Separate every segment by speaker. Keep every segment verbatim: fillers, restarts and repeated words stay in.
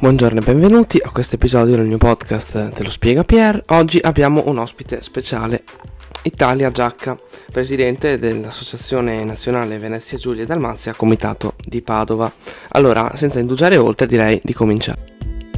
Speaker 1: Buongiorno e benvenuti a questo episodio del mio podcast Te lo spiega Pier. Oggi abbiamo un ospite speciale, Italia Giacca, presidente dell'Associazione Nazionale Venezia Giulia e Dalmazia, Comitato di Padova. Allora, senza indugiare oltre, direi di cominciare.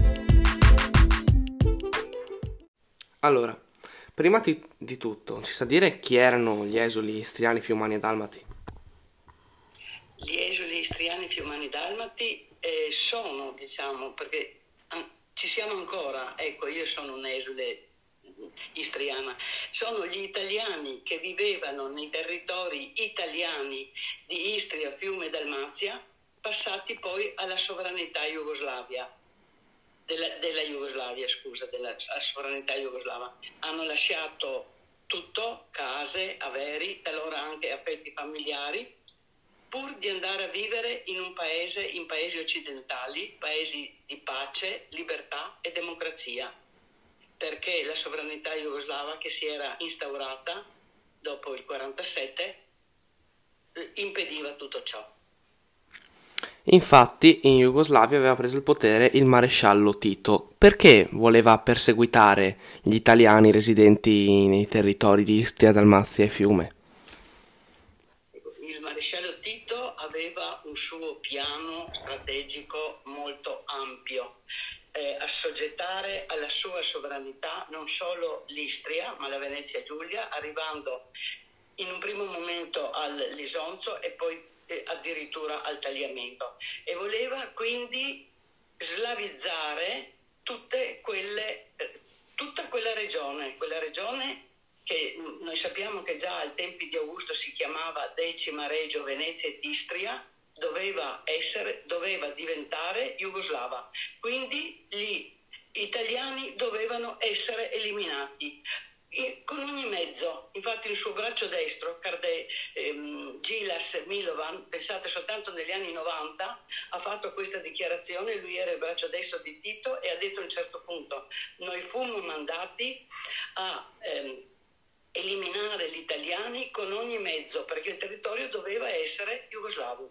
Speaker 1: Allora, prima di, di tutto, ci sa dire chi erano gli esuli istriani, fiumani e dalmati?
Speaker 2: Gli esuli istriani, fiumani e dalmati eh, sono, diciamo, perché an- ci siamo ancora, ecco, io sono un'esule istriana, sono gli italiani che vivevano nei territori italiani di Istria, Fiume e Dalmazia, passati poi alla sovranità jugoslavia, della, della Jugoslavia, scusa, della sovranità jugoslava. Hanno lasciato tutto, case, averi, talora anche affetti familiari, pur di andare a vivere in un paese, in paesi occidentali, paesi di pace, libertà e democrazia, perché la sovranità jugoslava che si era instaurata dopo il quarantasette impediva tutto ciò.
Speaker 1: Infatti, in Jugoslavia aveva preso il potere il maresciallo Tito. Perché voleva perseguitare gli italiani residenti nei territori di Istria, Dalmazia e Fiume?
Speaker 2: Il maresciallo Tito aveva un suo piano strategico molto ampio, eh, assoggettare alla sua sovranità non solo l'Istria ma la Venezia Giulia, arrivando in un primo momento all'Isonzo e poi eh, addirittura al Tagliamento, e voleva quindi slavizzare tutte quelle, eh, tutta quella regione, quella regione che noi sappiamo che già ai tempi di Augusto si chiamava Decima Regio Venezia ed Istria, doveva essere, doveva diventare jugoslava. Quindi gli italiani dovevano essere eliminati con ogni mezzo. Infatti il suo braccio destro, Carde, ehm, Gilas Milovan, pensate soltanto negli anni novanta, ha fatto questa dichiarazione. Lui era il braccio destro di Tito e ha detto a un certo punto: noi fummo mandati a ehm, eliminare gli italiani con ogni mezzo, perché il territorio doveva essere jugoslavo.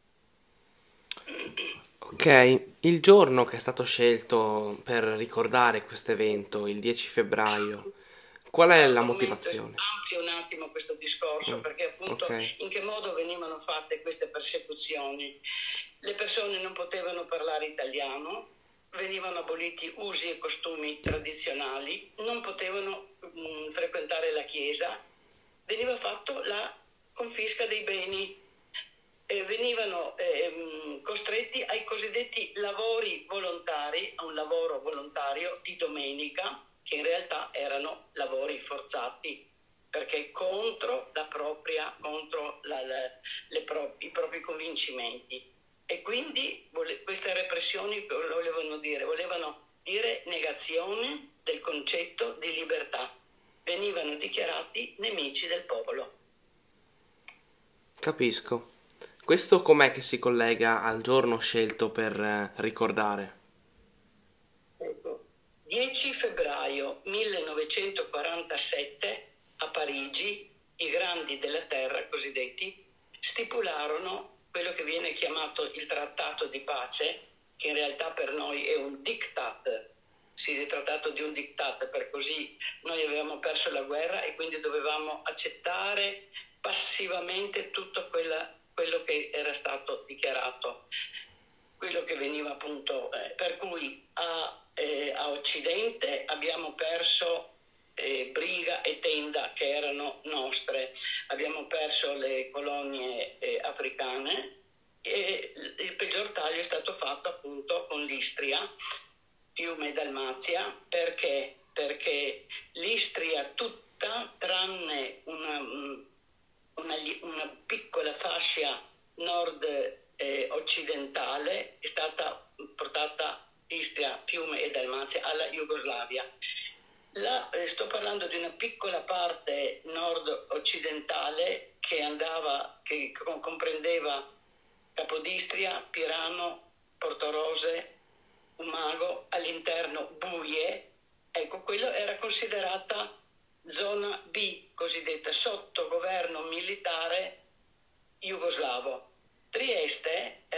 Speaker 1: Ok, il giorno che è stato scelto per ricordare questo evento, il dieci febbraio, qual è la motivazione?
Speaker 2: Ampio un attimo questo discorso,
Speaker 1: Mm,
Speaker 2: perché appunto
Speaker 1: ok.
Speaker 2: in che modo venivano fatte queste persecuzioni? Le persone non potevano parlare italiano, venivano aboliti usi e costumi tradizionali, non potevano mh, frequentare la chiesa, veniva fatto la confisca dei beni, eh, venivano eh, mh, costretti ai cosiddetti lavori volontari, a un lavoro volontario di domenica, che in realtà erano lavori forzati, perché contro la propria, contro la, la, le pro, i propri convincimenti. E quindi vole, queste repressioni volevano dire, volevano dire negazione del concetto di libertà. Venivano dichiarati nemici del popolo.
Speaker 1: Capisco. Questo com'è che si collega al giorno scelto per eh, ricordare?
Speaker 2: dieci febbraio millenovecentoquarantasette a Parigi i grandi della terra, cosiddetti, stipularono quello che viene chiamato il trattato di pace, che in realtà per noi è un diktat. Si è trattato di un diktat, per così noi avevamo perso la guerra e quindi dovevamo accettare passivamente tutto quella, quello che era stato dichiarato, quello che veniva appunto, eh, per cui a Eh, a Occidente abbiamo perso eh, Briga e Tenda, che erano nostre, abbiamo perso le colonie eh, africane, e il peggior taglio è stato fatto appunto con l'Istria, Fiume e Dalmazia. Perché? Perché l'Istria tutta, tranne una, una, una piccola fascia nord eh, occidentale, è stata portata Istria, Fiume e Dalmazia alla Jugoslavia. La, eh, sto parlando di una piccola parte nord-occidentale che andava, che comprendeva Capodistria, Pirano, Portorose, Umago, all'interno Buie. Ecco, quello era considerata zona B, cosiddetta, sotto governo militare jugoslavo. Trieste era ancora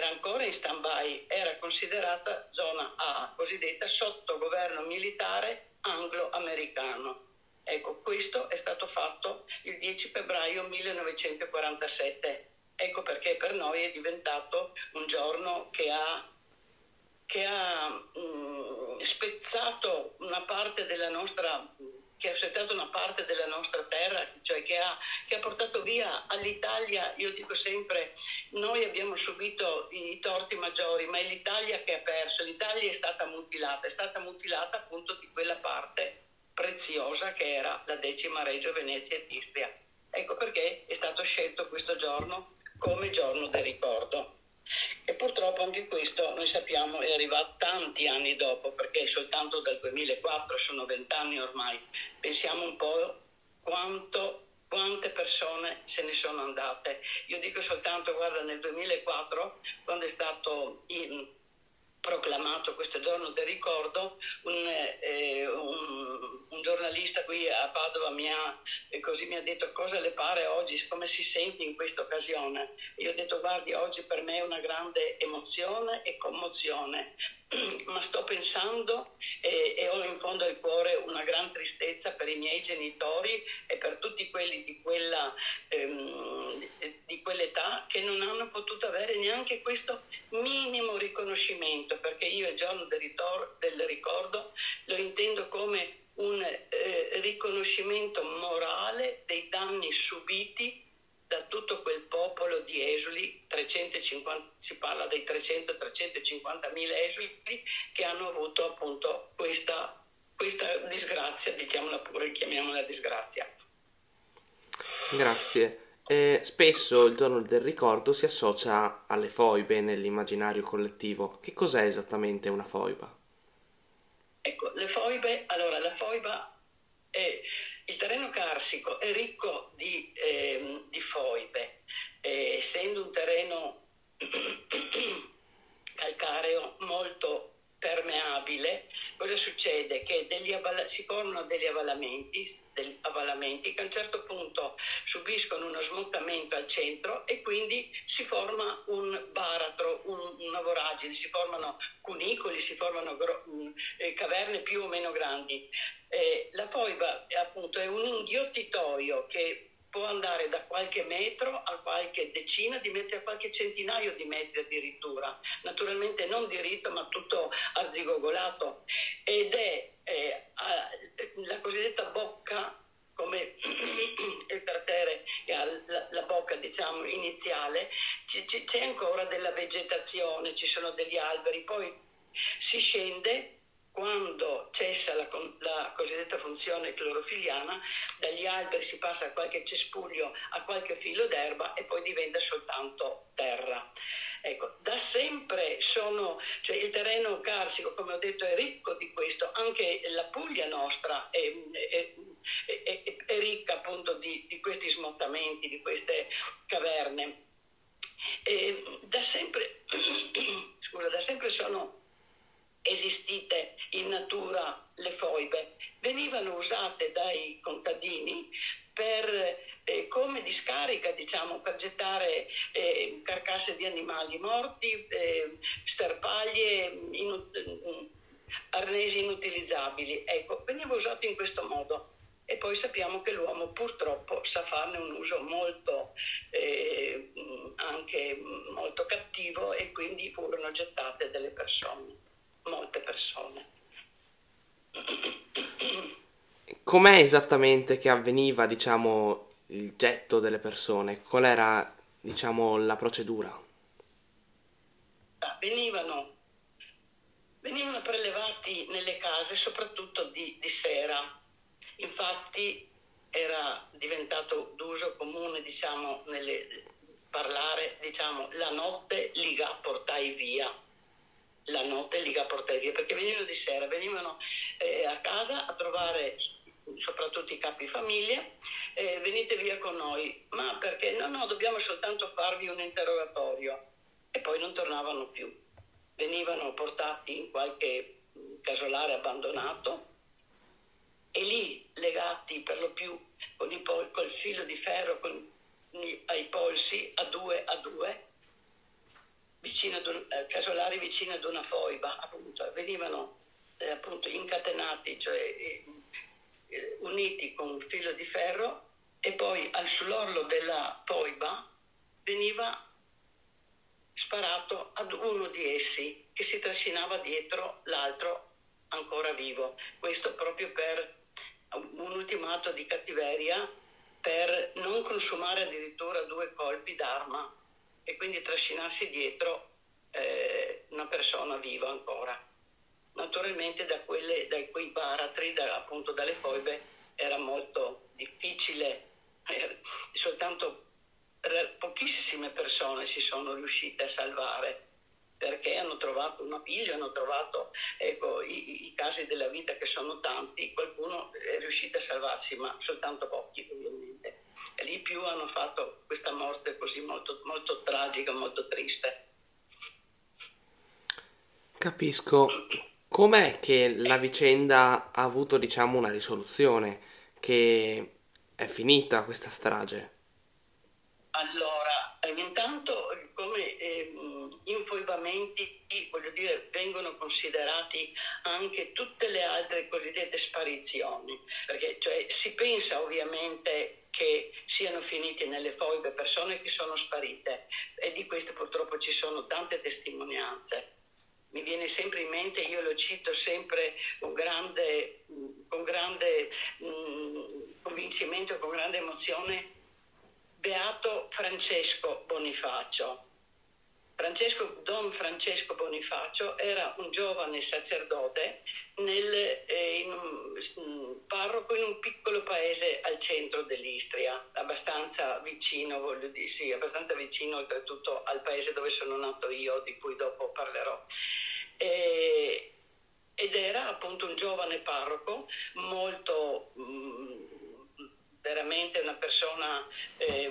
Speaker 2: in stand-by, era considerata zona A, cosiddetta sotto governo militare anglo-americano. Ecco, questo è stato fatto il dieci febbraio millenovecentoquarantasette. Ecco perché per noi è diventato un giorno che ha, che ha mh, spezzato una parte della nostra, che ha spezzato una parte della nostra terra, cioè che ha, che ha portato via all'Italia. Io dico sempre, noi abbiamo subito i torti maggiori, ma è l'Italia che ha perso. L'Italia è stata mutilata, è stata mutilata appunto di quella parte preziosa che era la decima Reggio Venezia e Istria. Ecco perché è stato scelto questo giorno come giorno del ricordo. E purtroppo anche questo, noi sappiamo, è arrivato tanti anni dopo, perché soltanto dal duemilaquattro, sono vent'anni ormai. Pensiamo un po' quanto, quante persone se ne sono andate. Io dico soltanto, guarda, nel duemilaquattro, quando è stato in, proclamato questo giorno del ricordo, un, eh, un, un giornalista qui a Padova mi ha, eh, così mi ha detto: cosa le pare oggi, come si sente in questa occasione? Io ho detto: guardi, oggi per me è una grande emozione e commozione, ma sto pensando e, e ho in fondo al cuore una gran tristezza per i miei genitori e per tutti quelli di quella ehm, di quell'età che non hanno potuto avere neanche questo minimo riconoscimento, perché io il giorno del, ritor- del ricordo lo intendo come un eh, riconoscimento morale dei danni subiti da tutto quel popolo di esuli, trecentocinquanta, si parla dei trecento trecentocinquanta mila esuli che hanno avuto appunto questa, questa disgrazia, diciamola pure, chiamiamola disgrazia.
Speaker 1: Grazie. Eh, spesso il giorno del ricordo si associa alle foibe nell'immaginario collettivo. Che cos'è esattamente una foiba?
Speaker 2: Ecco, le foibe, allora la foiba è il terreno carsico, è ricco di, eh, di foibe, eh, essendo un terreno calcareo molto permeabile. Cosa succede? Che degli avval- si formano degli avvallamenti, degli avvallamenti che a un certo punto subiscono uno smottamento al centro e quindi si forma un baratro, un, una voragine, si formano cunicoli, si formano gro- eh, caverne più o meno grandi. Eh, la foiba appunto è un inghiottitoio che può andare da qualche metro a qualche decina di metri, a qualche centinaio di metri addirittura, naturalmente non diritto ma tutto arzigogolato, ed è eh, la cosiddetta bocca, come il cratere la, la bocca diciamo iniziale, c- c'è ancora della vegetazione, ci sono degli alberi, poi si scende. Quando cessa la, la cosiddetta funzione clorofiliana, dagli alberi si passa a qualche cespuglio, a qualche filo d'erba e poi diventa soltanto terra. Ecco, da sempre sono, cioè il terreno carsico, come ho detto, è ricco di questo, anche la Puglia nostra è, è, è, è ricca appunto di, di questi smottamenti, di queste caverne. E da sempre, scusa, da sempre sono esistite in natura le foibe, venivano usate dai contadini per, eh, come discarica, diciamo, per gettare eh, carcasse di animali morti, eh, sterpaglie, inu- arnesi inutilizzabili. Ecco, veniva usato in questo modo. E poi sappiamo che l'uomo purtroppo sa farne un uso molto eh, anche molto cattivo, e quindi furono gettate delle persone. Molte persone.
Speaker 1: Com'è esattamente che avveniva, diciamo, il getto delle persone? Qual era, diciamo, la procedura?
Speaker 2: Ah, venivano, venivano prelevati nelle case soprattutto di, di sera. Infatti era diventato d'uso comune, diciamo, nelle, parlare, diciamo, la notte li portai via. La notte li portai via, perché venivano di sera, venivano eh, a casa a trovare soprattutto i capifamiglia, eh, venite via con noi, ma perché? No, no, dobbiamo soltanto farvi un interrogatorio, e poi non tornavano più. Venivano portati in qualche casolare abbandonato e lì legati per lo più con i pol- col filo di ferro con, ai polsi a due a due, vicino ad un, eh, casolari vicino ad una foiba, appunto, venivano eh, appunto incatenati, cioè eh, eh, uniti con un filo di ferro, e poi al sull'orlo della foiba veniva sparato ad uno di essi, che si trascinava dietro l'altro ancora vivo. Questo proprio per un ultimo atto di cattiveria, per non consumare addirittura due colpi d'arma e quindi trascinarsi dietro eh, una persona viva ancora. Naturalmente da, quelle, da quei baratri, da, appunto dalle foibe, era molto difficile, eh, soltanto pochissime persone si sono riuscite a salvare, perché hanno trovato un appiglio, hanno trovato, ecco, i, i casi della vita che sono tanti, qualcuno è riuscito a salvarsi, ma soltanto pochi ovviamente. E lì più hanno fatto questa morte così molto, molto tragica, molto triste.
Speaker 1: Capisco. Com'è che la vicenda ha avuto, diciamo, una risoluzione? Che è finita questa strage?
Speaker 2: Allora, intanto come eh, infoibamenti, voglio dire, vengono considerati anche tutte le altre cosiddette sparizioni, perché cioè, si pensa ovviamente che siano finiti nelle foibe persone che sono sparite, e di queste purtroppo ci sono tante testimonianze. Mi viene sempre in mente, io lo cito sempre con grande, con grande mh, convincimento, con grande emozione, Beato Francesco Bonifacio. Francesco, Don Francesco Bonifacio era un giovane sacerdote nel, eh, in un parroco in un piccolo paese al centro dell'Istria, abbastanza vicino, voglio dire, sì, abbastanza vicino oltretutto al paese dove sono nato io, di cui dopo parlerò. E, ed era appunto un giovane parroco, molto mh, veramente una persona eh,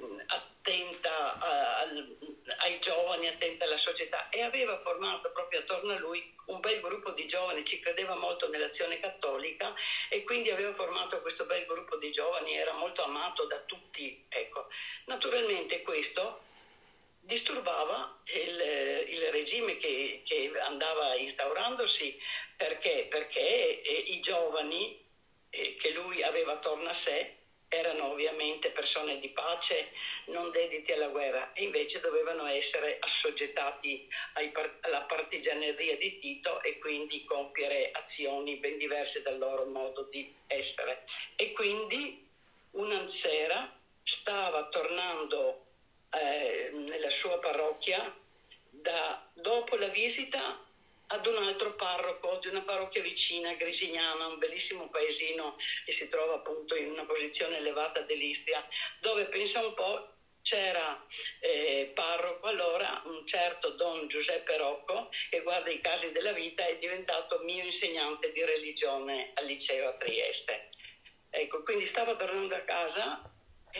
Speaker 2: attenta a, a, ai giovani, attenta alla società, e aveva formato proprio attorno a lui un bel gruppo di giovani, ci credeva molto nell'azione cattolica e quindi aveva formato questo bel gruppo di giovani, era molto amato da tutti. Ecco. Naturalmente questo disturbava il, il regime che, che andava instaurandosi, perché? Perché eh, i giovani eh, che lui aveva attorno a sé erano ovviamente persone di pace, non dediti alla guerra, e invece dovevano essere assoggettati ai, alla partigianeria di Tito e quindi compiere azioni ben diverse dal loro modo di essere. E quindi una sera stava tornando eh, nella sua parrocchia da, dopo la visita ad un altro parroco di una parrocchia vicina, Grisignana, un bellissimo paesino che si trova appunto in una posizione elevata dell'Istria, dove, pensa un po', c'era eh, parroco allora un certo Don Giuseppe Rocco, che guarda i casi della vita, è diventato mio insegnante di religione al liceo a Trieste. Ecco, quindi stava tornando a casa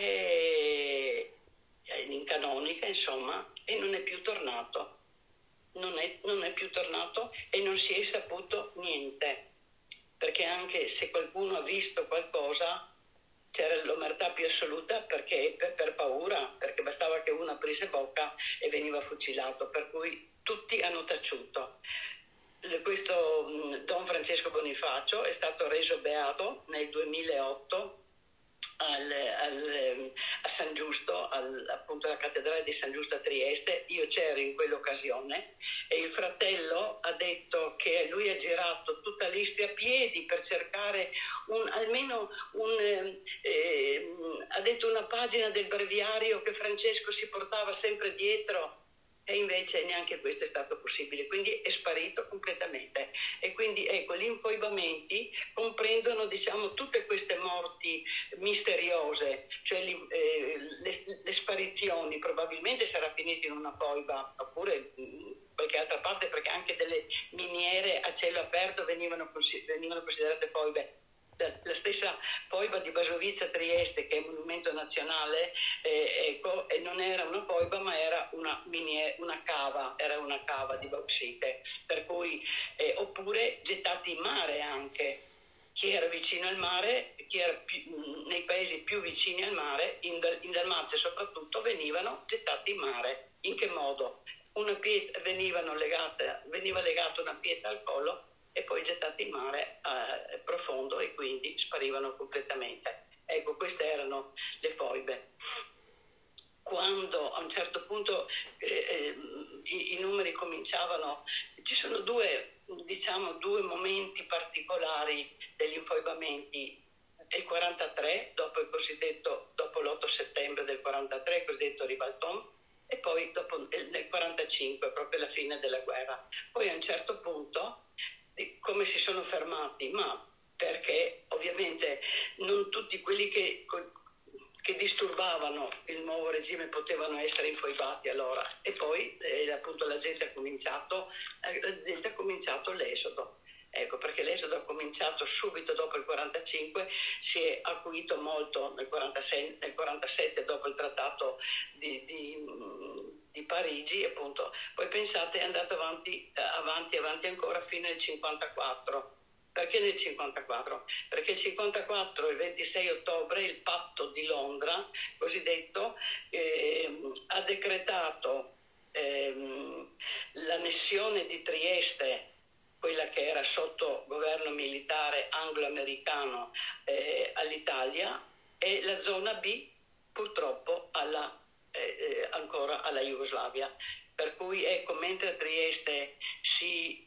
Speaker 2: e, in canonica, insomma, e non è più tornato. Non è, non è più tornato e non si è saputo niente, perché anche se qualcuno ha visto qualcosa c'era l'omertà più assoluta, perché per, per paura, perché bastava che uno aprisse bocca e veniva fucilato, per cui tutti hanno taciuto. Questo Don Francesco Bonifacio è stato reso beato nel duemilaotto Al, al, a San Giusto, al, appunto alla cattedrale di San Giusto a Trieste. Io c'ero in quell'occasione e il fratello ha detto che lui ha girato tutta l'Istria a piedi per cercare un, almeno un, eh, ha detto una pagina del breviario che Francesco si portava sempre dietro, e invece neanche questo è stato possibile, quindi è sparito completamente. E quindi ecco, gli infoibamenti comprendono, diciamo, tutte queste morti misteriose, cioè li, eh, le, le sparizioni. Probabilmente sarà finito in una foiba oppure in qualche altra parte, perché anche delle miniere a cielo aperto venivano, venivano considerate foibe. La stessa foiba di Basovizza Trieste, che è un monumento nazionale, eh, ecco, e non era una foiba ma era una, miniere, una cava, era una cava di bauxite, per cui, eh, oppure gettati in mare anche. Chi era vicino al mare, chi era più, nei paesi più vicini al mare, in, in Dalmazia soprattutto, venivano gettati in mare. In che modo? una pietra, venivano legate, veniva legata una pietra al collo e poi gettati in mare eh, profondo e quindi sparivano completamente. Ecco, queste erano le foibe. Quando a un certo punto eh, eh, i, i numeri cominciavano, ci sono due, diciamo, due momenti particolari degli infoibamenti. Del quarantatré, dopo il cosiddetto, dopo l'otto settembre del quarantatré, il cosiddetto ribaltone, e poi dopo, nel quarantacinque, proprio la fine della guerra. Poi a un certo punto, come si sono fermati? Ma perché ovviamente non tutti quelli che, che disturbavano il nuovo regime potevano essere infoibati allora. E poi eh, appunto la gente ha cominciato, la gente ha cominciato l'esodo. Ecco, perché l'esodo ha cominciato subito dopo il quarantacinque, si è acuito molto nel quarantasei, nel quarantasette dopo il trattato di, di, di Parigi, appunto. Poi pensate è andato avanti, avanti, avanti ancora fino al cinquantaquattro. Perché nel cinquantaquattro? Perché il cinquantaquattro, il ventisei ottobre, il patto di Londra, cosiddetto, eh, ha decretato eh, l'annessione di Trieste, quella che era sotto governo militare anglo-americano, eh, all'Italia, e la zona B purtroppo alla, eh, ancora alla Jugoslavia. Per cui ecco, mentre a Trieste si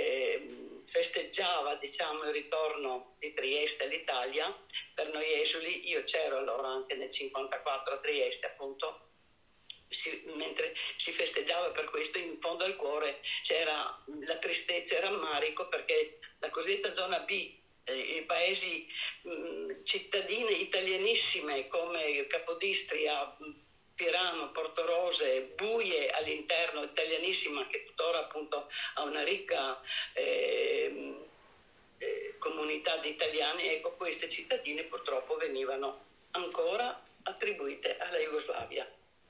Speaker 2: eh, festeggiava, diciamo, il ritorno di Trieste all'Italia, per noi esuli, io c'ero allora anche nel cinquantaquattro a Trieste, appunto, Si, mentre si festeggiava per questo, in fondo al cuore c'era la tristezza e il rammarico, perché la cosiddetta zona B, eh, i paesi mh, cittadine italianissime come Capodistria, Pirano, Portorose, buie all'interno, italianissima, che tuttora appunto ha una ricca eh, eh, comunità di italiani, ecco, queste cittadine purtroppo venivano ancora attribuite alla Jugoslavia.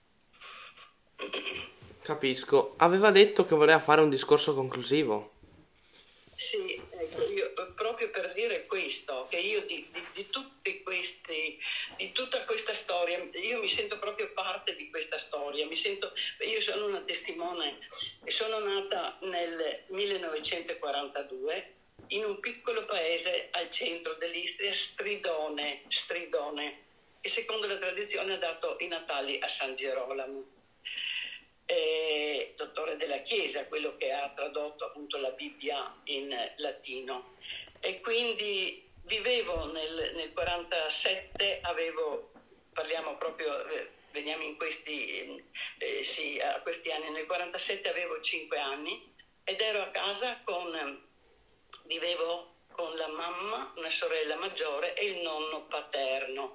Speaker 1: Capisco. Aveva detto che voleva fare un discorso conclusivo.
Speaker 2: Sì, ecco, io, proprio per dire questo, che io di, di, di tutti questi, di tutta questa storia, io mi sento proprio parte di questa storia, mi sento, io sono una testimone, sono nata nel millenovecentoquarantadue in un piccolo paese al centro dell'Istria, Stridone, Stridone, che secondo la tradizione ha dato i natali a San Gerolamo. Eh, dottore della Chiesa, quello che ha tradotto appunto la Bibbia in latino, e quindi vivevo nel, nel quarantasette, avevo, parliamo proprio, eh, veniamo in questi, eh, sì, a questi anni, nel quarantasette avevo cinque anni ed ero a casa con, vivevo con la mamma, una sorella maggiore e il nonno paterno.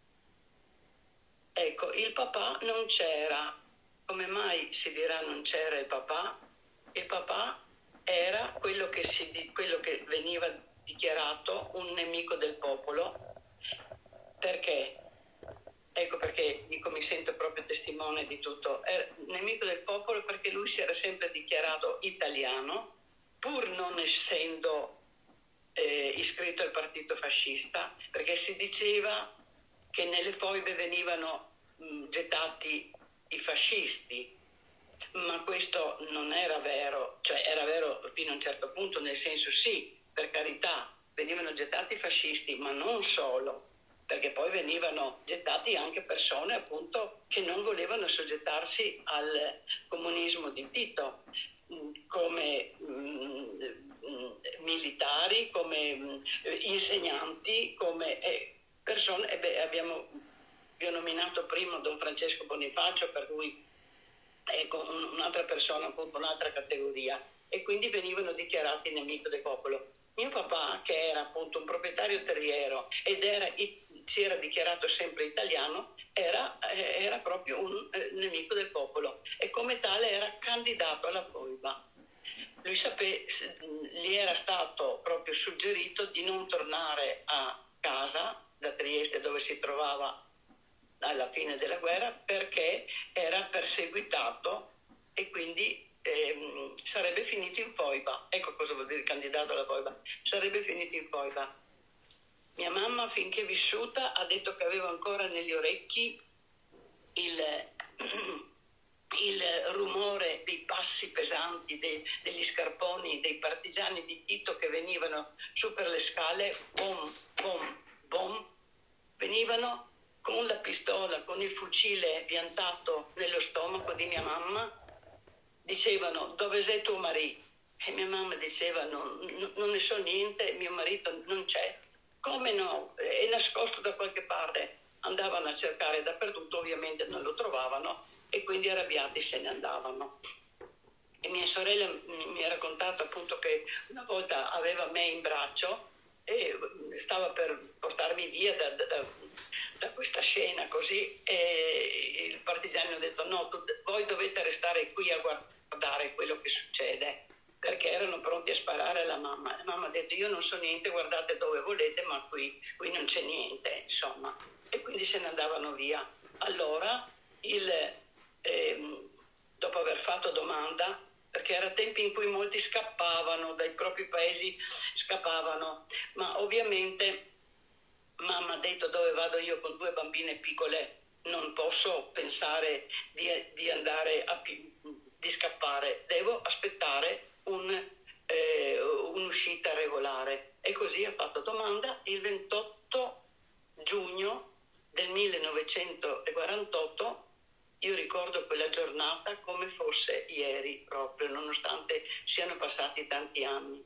Speaker 2: Ecco, il papà non c'era. Come mai si dirà non c'era il papà? Il papà era quello che, si, quello che veniva dichiarato un nemico del popolo. Perché? Ecco perché dico, mi sento proprio testimone di tutto. Era nemico del popolo perché lui si era sempre dichiarato italiano, pur non essendo eh, iscritto al partito fascista, perché si diceva che nelle foibe venivano mh, gettati i fascisti, ma questo non era vero, cioè era vero fino a un certo punto, nel senso sì, per carità, venivano gettati i fascisti, ma non solo, perché poi venivano gettati anche persone appunto che non volevano soggettarsi al comunismo di Tito, come mh, militari, come mh, insegnanti, come eh, persone, eh beh, abbiamo vi ho nominato prima Don Francesco Bonifacio, per cui ecco, un'altra persona, appunto un'altra categoria, e quindi venivano dichiarati nemico del popolo. Mio papà, che era appunto un proprietario terriero ed era, si era dichiarato sempre italiano, era, era proprio un eh, nemico del popolo e come tale era candidato alla foiba. Lui sape, gli era stato proprio suggerito di non tornare a casa da Trieste, dove si trovava alla fine della guerra, perché era perseguitato e quindi ehm, sarebbe finito in foiba. Ecco cosa vuol dire candidato alla foiba, sarebbe finito in foiba. Mia mamma, finché è vissuta, ha detto che aveva ancora negli orecchi il, il rumore dei passi pesanti, dei, degli scarponi, dei partigiani di Tito che venivano su per le scale, bom, bom, bom, venivano con la pistola, con il fucile piantato nello stomaco di mia mamma, dicevano: dove sei tuo marito? E mia mamma diceva: non, non ne so niente, mio marito non c'è. Come no? È nascosto da qualche parte. Andavano a cercare dappertutto, ovviamente non lo trovavano e quindi arrabbiati se ne andavano. E mia sorella mi ha raccontato appunto che una volta aveva me in braccio e stava per portarmi via da, da, da questa scena così, e il partigiano ha detto: no, tu, voi dovete restare qui a guardare quello che succede, perché erano pronti a sparare alla mamma. La mamma ha detto: io non so niente, guardate dove volete, ma qui, qui non c'è niente, insomma. E quindi se ne andavano via. Allora, il, ehm, dopo aver fatto domanda, perché era tempi in cui molti scappavano dai propri paesi, scappavano, ma ovviamente mamma ha detto: dove vado io con due bambine piccole non posso pensare di, di andare a, di scappare, devo aspettare un, eh, un'uscita regolare. E così ha fatto domanda. Il ventotto giugno del millenovecentoquarantotto, io ricordo quella giornata come fosse ieri proprio, nonostante siano passati tanti anni.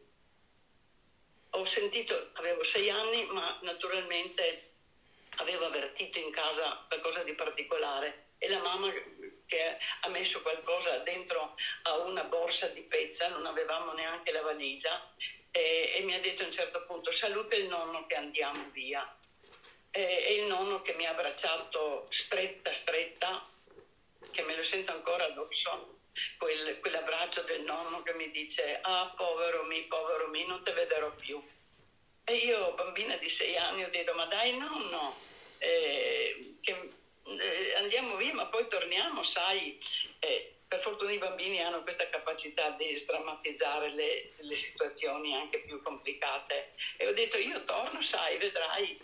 Speaker 2: Ho sentito, avevo sei anni, ma naturalmente avevo avvertito in casa qualcosa di particolare, e la mamma che ha messo qualcosa dentro a una borsa di pezza, non avevamo neanche la valigia, e, e mi ha detto a un certo punto: saluta il nonno che andiamo via. E, e il nonno che mi ha abbracciato stretta stretta, che me lo sento ancora addosso, quel, quell'abbraccio del nonno che mi dice: ah, povero mi, povero mi, non te vedrò più. E io, bambina di sei anni, ho detto: ma dai nonno, eh, che, eh, andiamo via ma poi torniamo, sai. Eh, per fortuna i bambini hanno questa capacità di sdrammatizzare le, le situazioni anche più complicate. E ho detto: io torno, sai, vedrai.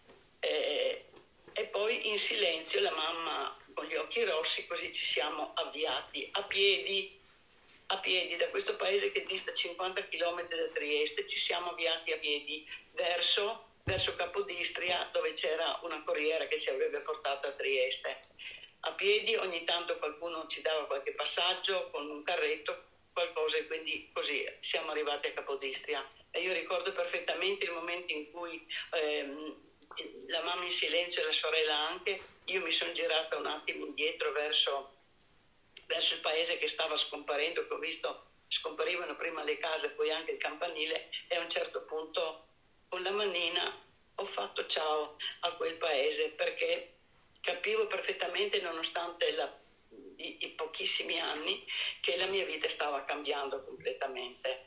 Speaker 2: Eh, e poi in silenzio la mamma con gli occhi rossi, così ci siamo avviati a piedi, a piedi da questo paese che dista cinquanta chilometri da Trieste, ci siamo avviati a piedi verso, verso Capodistria, dove c'era una corriera che ci avrebbe portato a Trieste. A piedi, ogni tanto qualcuno ci dava qualche passaggio con un carretto, qualcosa, e quindi così siamo arrivati a Capodistria. E io ricordo perfettamente il momento in cui ehm, la mamma in silenzio e la sorella anche, io mi sono girata un attimo indietro verso, verso il paese che stava scomparendo, che ho visto scomparivano prima le case, poi anche il campanile, e a un certo punto con la manina ho fatto ciao a quel paese, perché capivo perfettamente, nonostante la, i, i pochissimi anni, che la mia vita stava cambiando completamente.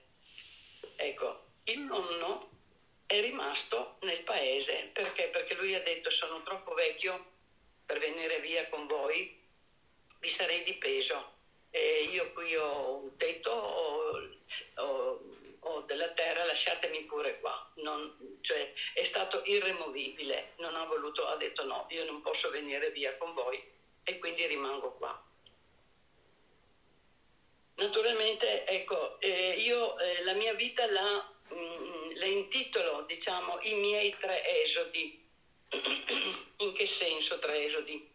Speaker 2: Ecco, il nonno è rimasto nel paese, perché? Perché lui ha detto: sono troppo vecchio per venire via con voi, vi sarei di peso, e io qui ho un tetto, ho, ho, ho della terra, lasciatemi pure qua. Non, cioè, è stato irremovibile, non ha voluto, ha detto: no, io non posso venire via con voi, e quindi rimango qua. Naturalmente, ecco, eh, io eh, la mia vita la le intitolo, diciamo, i miei tre esodi. In che senso tre esodi?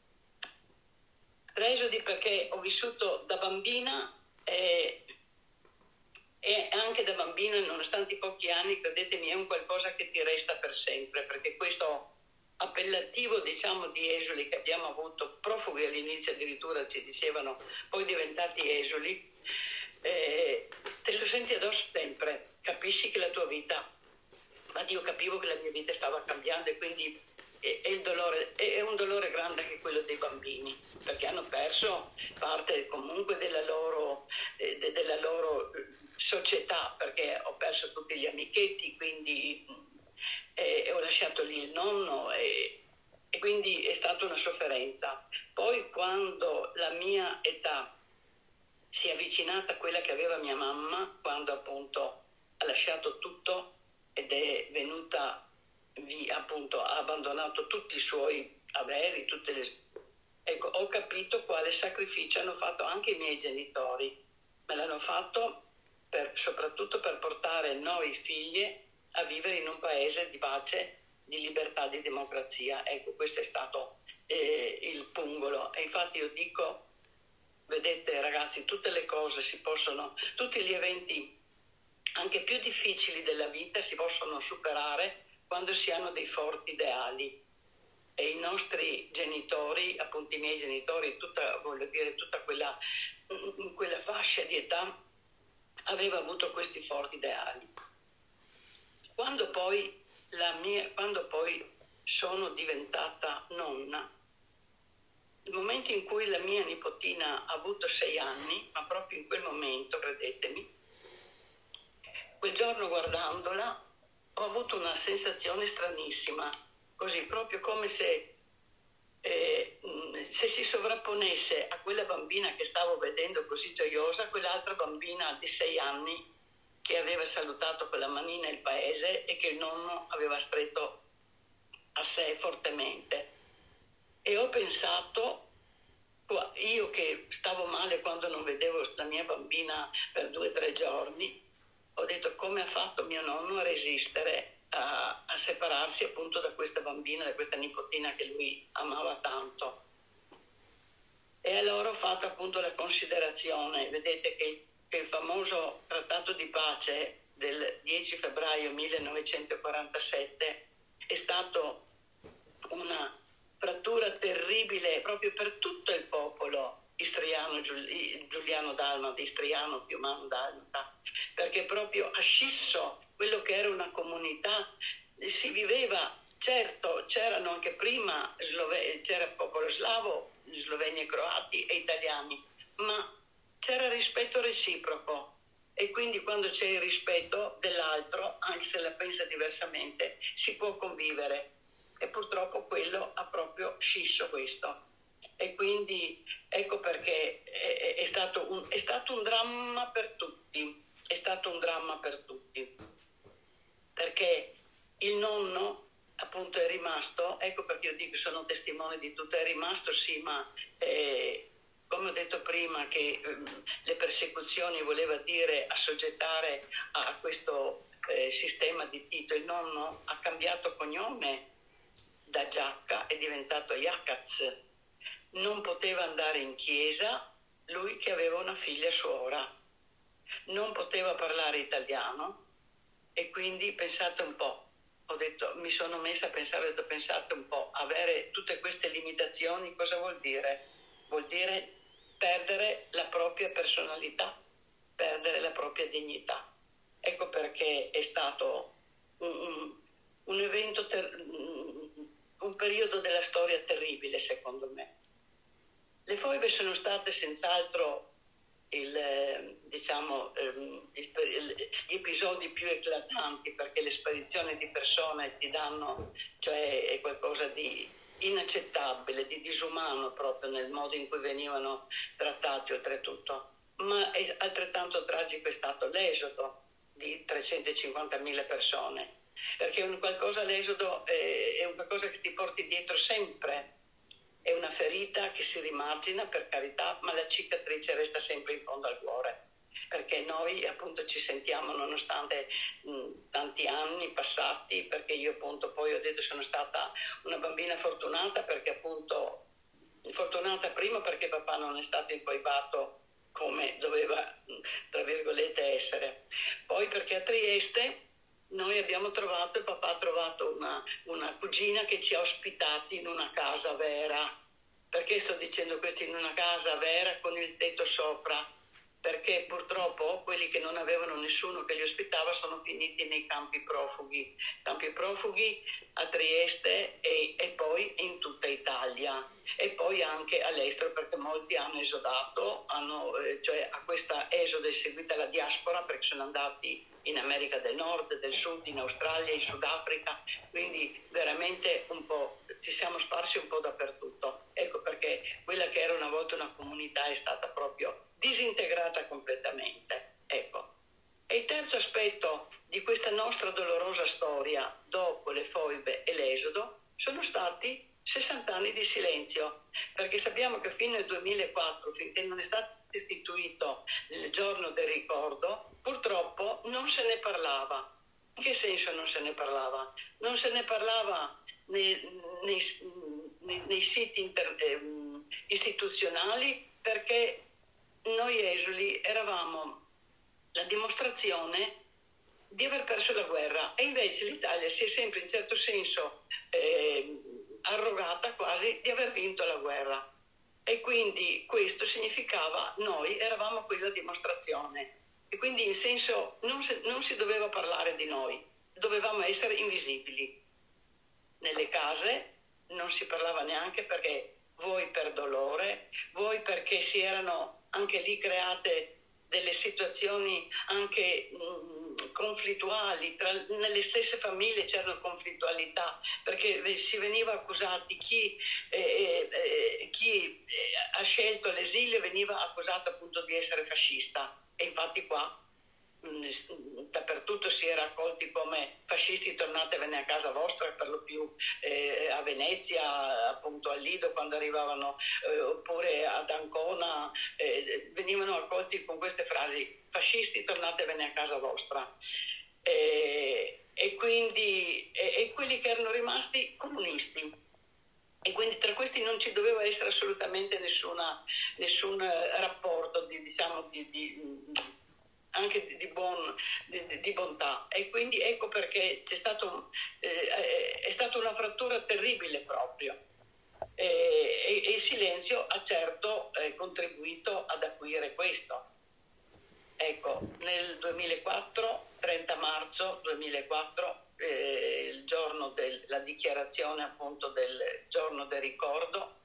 Speaker 2: Tre esodi perché ho vissuto da bambina e, e anche da bambina, nonostante i pochi anni, credetemi, è un qualcosa che ti resta per sempre, perché questo appellativo, diciamo, di esuli che abbiamo avuto, profughi all'inizio addirittura ci dicevano, poi diventati esuli, eh, te lo senti addosso sempre. Capisci che la tua vita, ma io capivo che la mia vita stava cambiando, e quindi è, è, il dolore, è un dolore grande anche quello dei bambini, perché hanno perso parte comunque della loro, eh, de, della loro società, perché ho perso tutti gli amichetti, quindi eh, ho lasciato lì il nonno, e, e quindi è stata una sofferenza. Poi quando la mia età si è avvicinata a quella che aveva mia mamma, quando appunto ha lasciato tutto ed è venuta via, appunto ha abbandonato tutti i suoi averi, tutte le... ecco, ho capito quale sacrificio hanno fatto anche i miei genitori. Me l'hanno fatto per, soprattutto per portare noi figlie a vivere in un paese di pace, di libertà, di democrazia. Ecco, questo è stato eh, il pungolo. E infatti io dico, vedete ragazzi, tutte le cose si possono, tutti gli eventi anche più difficili della vita si possono superare quando si hanno dei forti ideali. E i nostri genitori, appunto i miei genitori, tutta, voglio dire, tutta quella, in quella fascia di età aveva avuto questi forti ideali. Quando poi, la mia, quando poi sono diventata nonna, il momento in cui la mia nipotina ha avuto sei anni, ma proprio in quel momento, credetemi, quel giorno guardandola ho avuto una sensazione stranissima, così proprio come se, eh, se si sovrapponesse a quella bambina che stavo vedendo così gioiosa, quell'altra bambina di sei anni che aveva salutato con la manina il paese e che il nonno aveva stretto a sé fortemente. E ho pensato, io che stavo male quando non vedevo la mia bambina per due o tre giorni, ho detto come ha fatto mio nonno a resistere a, a separarsi appunto da questa bambina, da questa nipotina che lui amava tanto. E allora ho fatto appunto la considerazione, vedete che, che il famoso trattato di pace del dieci febbraio millenovecentoquarantasette è stato una frattura terribile proprio per tutto il popolo istriano, giuliano dalmata, istriano piumano dalmata, perché proprio a Scisso, quello che era una comunità, si viveva, certo c'erano anche prima, Slove- c'era il popolo slavo, sloveni e croati e italiani, ma c'era rispetto reciproco e quindi quando c'è il rispetto dell'altro, anche se la pensa diversamente, si può convivere. E purtroppo quello ha proprio scisso questo. E quindi ecco perché è, è, stato un, è stato un dramma per tutti, è stato un dramma per tutti. Perché il nonno appunto è rimasto, ecco perché io dico sono testimone di tutto, è rimasto sì, ma eh, come ho detto prima che eh, le persecuzioni voleva dire assoggettare a questo eh, sistema di Tito, il nonno ha cambiato cognome da Giacca, è diventato Jakacz, non poteva andare in chiesa, lui che aveva una figlia suora, non poteva parlare italiano e quindi pensate un po', ho detto, mi sono messa a pensare, ho detto, pensate un po', avere tutte queste limitazioni cosa vuol dire? Vuol dire perdere la propria personalità, perdere la propria dignità. Ecco perché è stato un, un, un evento, ter- un periodo della storia terribile secondo me. Le foibe sono state senz'altro il, diciamo, il, il, gli episodi più eclatanti perché le sparizioni di persone ti danno, cioè è qualcosa di inaccettabile, di disumano proprio nel modo in cui venivano trattati oltretutto. Ma è altrettanto tragico è stato l'esodo di trecentocinquantamila persone, perché è un qualcosa, l'esodo è, è un qualcosa che ti porti dietro sempre. È una ferita che si rimargina, per carità, ma la cicatrice resta sempre in fondo al cuore, perché noi appunto ci sentiamo, nonostante mh, tanti anni passati, perché io appunto poi ho detto sono stata una bambina fortunata, perché appunto fortunata prima perché papà non è stato incoibato come doveva, tra virgolette, essere, poi perché a Trieste noi abbiamo trovato, il papà ha trovato una, una cugina che ci ha ospitati in una casa vera. Perché sto dicendo questo, in una casa vera con il tetto sopra? Perché purtroppo quelli che non avevano nessuno che li ospitava sono finiti nei campi profughi, campi profughi a Trieste e, e poi in tutta Italia e poi anche all'estero, perché molti hanno esodato, hanno, eh, cioè a questa esodo è seguita la diaspora perché sono andati in America del Nord, del Sud, in Australia, in Sudafrica, quindi veramente un po' ci siamo sparsi un po' dappertutto. Ecco perché quella che era una volta una comunità è stata proprio disintegrata completamente. Ecco. E il terzo aspetto di questa nostra dolorosa storia, dopo le foibe e l'esodo, sono stati sessanta anni di silenzio, perché sappiamo che fino al duemilaquattro, finché non è stato istituito il giorno del ricordo, purtroppo non se ne parlava. In che senso non se ne parlava? Non se ne parlava nei, nei, nei, nei siti inter, eh, istituzionali, perché noi esuli eravamo la dimostrazione di aver perso la guerra, e invece l'Italia si è sempre in certo senso eh, arrogata quasi di aver vinto la guerra, e quindi questo significava noi eravamo quella dimostrazione, e quindi in senso non si, non si doveva parlare di noi, dovevamo essere invisibili. Nelle case non si parlava neanche, perché voi per dolore, voi perché si erano anche lì create delle situazioni anche mh, conflittuali, tra, nelle stesse famiglie c'erano conflittualità, perché si veniva accusati, chi, eh, eh, chi ha scelto l'esilio veniva accusato appunto di essere fascista, e infatti qua mh, dappertutto si era accolti come fascisti, tornatevene a casa vostra, per lo più eh, a Venezia, appunto al Lido quando arrivavano, eh, oppure ad Ancona, eh, venivano accolti con queste frasi: fascisti, tornatevene a casa vostra. Eh, e quindi e, e quelli che erano rimasti comunisti, e quindi tra questi non ci doveva essere assolutamente nessuna, nessun rapporto di, diciamo, di, di anche di, buon, di, di bontà, e quindi ecco perché c'è stato, eh, è stata una frattura terribile proprio, e, e, e il silenzio ha certo eh, contribuito ad acuire questo. Ecco, nel duemilaquattro, trenta marzo duemilaquattro, eh, il giorno della dichiarazione appunto del giorno del ricordo,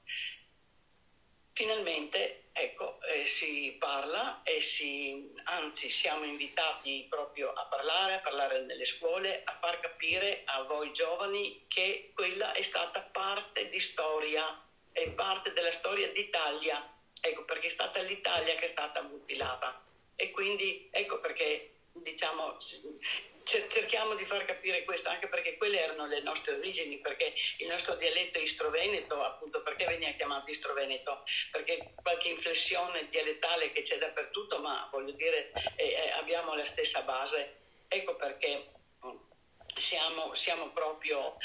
Speaker 2: finalmente ecco, eh, si parla, e si, anzi siamo invitati proprio a parlare, a parlare nelle scuole, a far capire a voi giovani che quella è stata parte di storia, è parte della storia d'Italia, ecco, perché è stata l'Italia che è stata mutilata, e quindi ecco perché diciamo cerchiamo di far capire questo, anche perché quelle erano le nostre origini, perché il nostro dialetto istro-veneto, appunto, perché veniva chiamato istro-veneto? Perché qualche inflessione dialettale che c'è dappertutto, ma voglio dire eh, abbiamo la stessa base, ecco perché siamo, siamo proprio,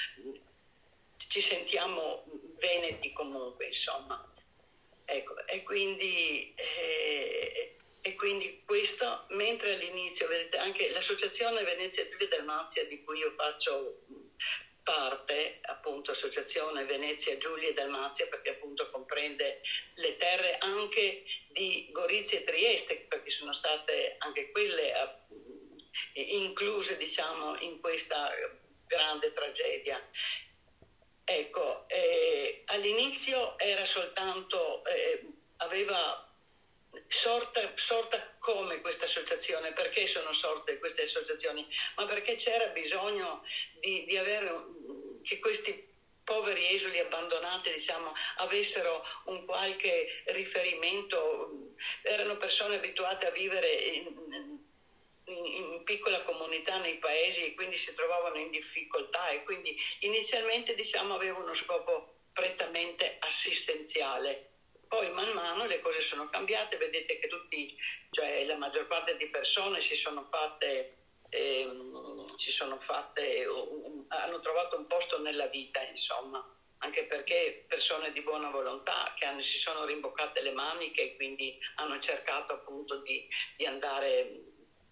Speaker 2: ci sentiamo veneti comunque, insomma, ecco, e quindi eh, E quindi questo, mentre all'inizio, vedete, anche l'associazione Venezia Giulia e Dalmazia, di cui io faccio parte, appunto associazione Venezia Giulia e Dalmazia, perché appunto comprende le terre anche di Gorizia e Trieste, perché sono state anche quelle incluse, diciamo, in questa grande tragedia. Ecco, eh, all'inizio era soltanto, eh, aveva Sorta, sorta come questa associazione? Perché sono sorte queste associazioni? Ma perché c'era bisogno di, di avere che questi poveri esuli abbandonati, diciamo, avessero un qualche riferimento. Erano persone abituate a vivere in, in, in piccola comunità nei paesi, e quindi si trovavano in difficoltà, e quindi inizialmente, diciamo, aveva uno scopo prettamente assistenziale. Poi man mano le cose sono cambiate, vedete che tutti, cioè la maggior parte di persone si sono fatte, ehm, si sono fatte, um, hanno trovato un posto nella vita, insomma, anche perché persone di buona volontà che hanno, si sono rimboccate le maniche, e quindi hanno cercato appunto di, di andare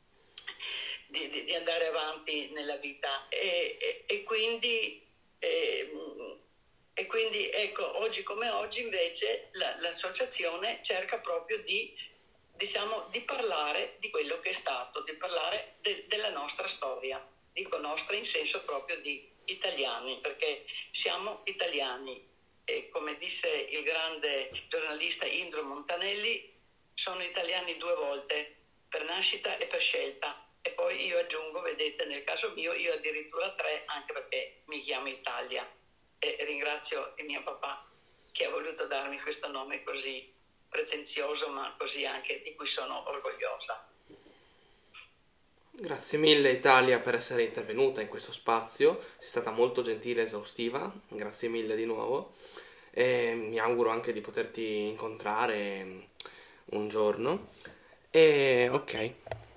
Speaker 2: di, di, di andare avanti nella vita, e, e, e quindi ehm, E quindi ecco, oggi come oggi invece la, l'associazione cerca proprio di, diciamo, di parlare di quello che è stato, di parlare de, della nostra storia, dico nostra in senso proprio di italiani, perché siamo italiani, e come disse il grande giornalista Indro Montanelli, sono italiani due volte, per nascita e per scelta, e poi io aggiungo, vedete, nel caso mio io addirittura tre, anche perché mi chiamo Italia. E ringrazio il mio papà che ha voluto darmi questo nome così pretenzioso, ma così anche di cui sono orgogliosa.
Speaker 1: Grazie mille Italia per essere intervenuta in questo spazio, sei stata molto gentile e esaustiva, grazie mille di nuovo e mi auguro anche di poterti incontrare un giorno. E ok.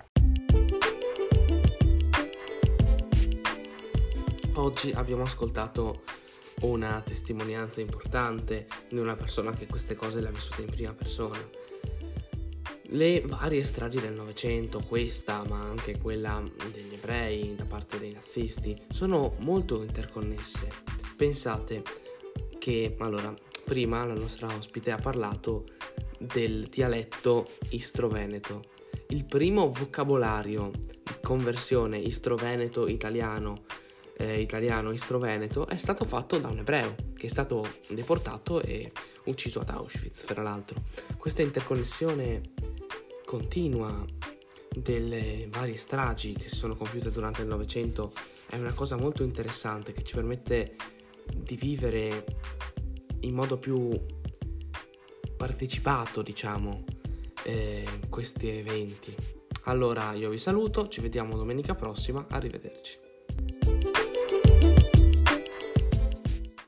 Speaker 1: Oggi abbiamo ascoltato una testimonianza importante di una persona che queste cose le ha vissute in prima persona. Le varie stragi del Novecento, questa ma anche quella degli ebrei da parte dei nazisti, sono molto interconnesse. Pensate che, allora, prima la nostra ospite ha parlato del dialetto istro-veneto. Il primo vocabolario di conversione istro-veneto-italiano eh, italiano-istro-veneto è stato fatto da un ebreo che è stato deportato e ucciso ad Auschwitz, fra l'altro. Questa interconnessione continua delle varie stragi che si sono compiute durante il Novecento è una cosa molto interessante che ci permette di vivere in modo più partecipato, diciamo, eh, questi eventi. Allora io vi saluto, ci vediamo domenica prossima, arrivederci.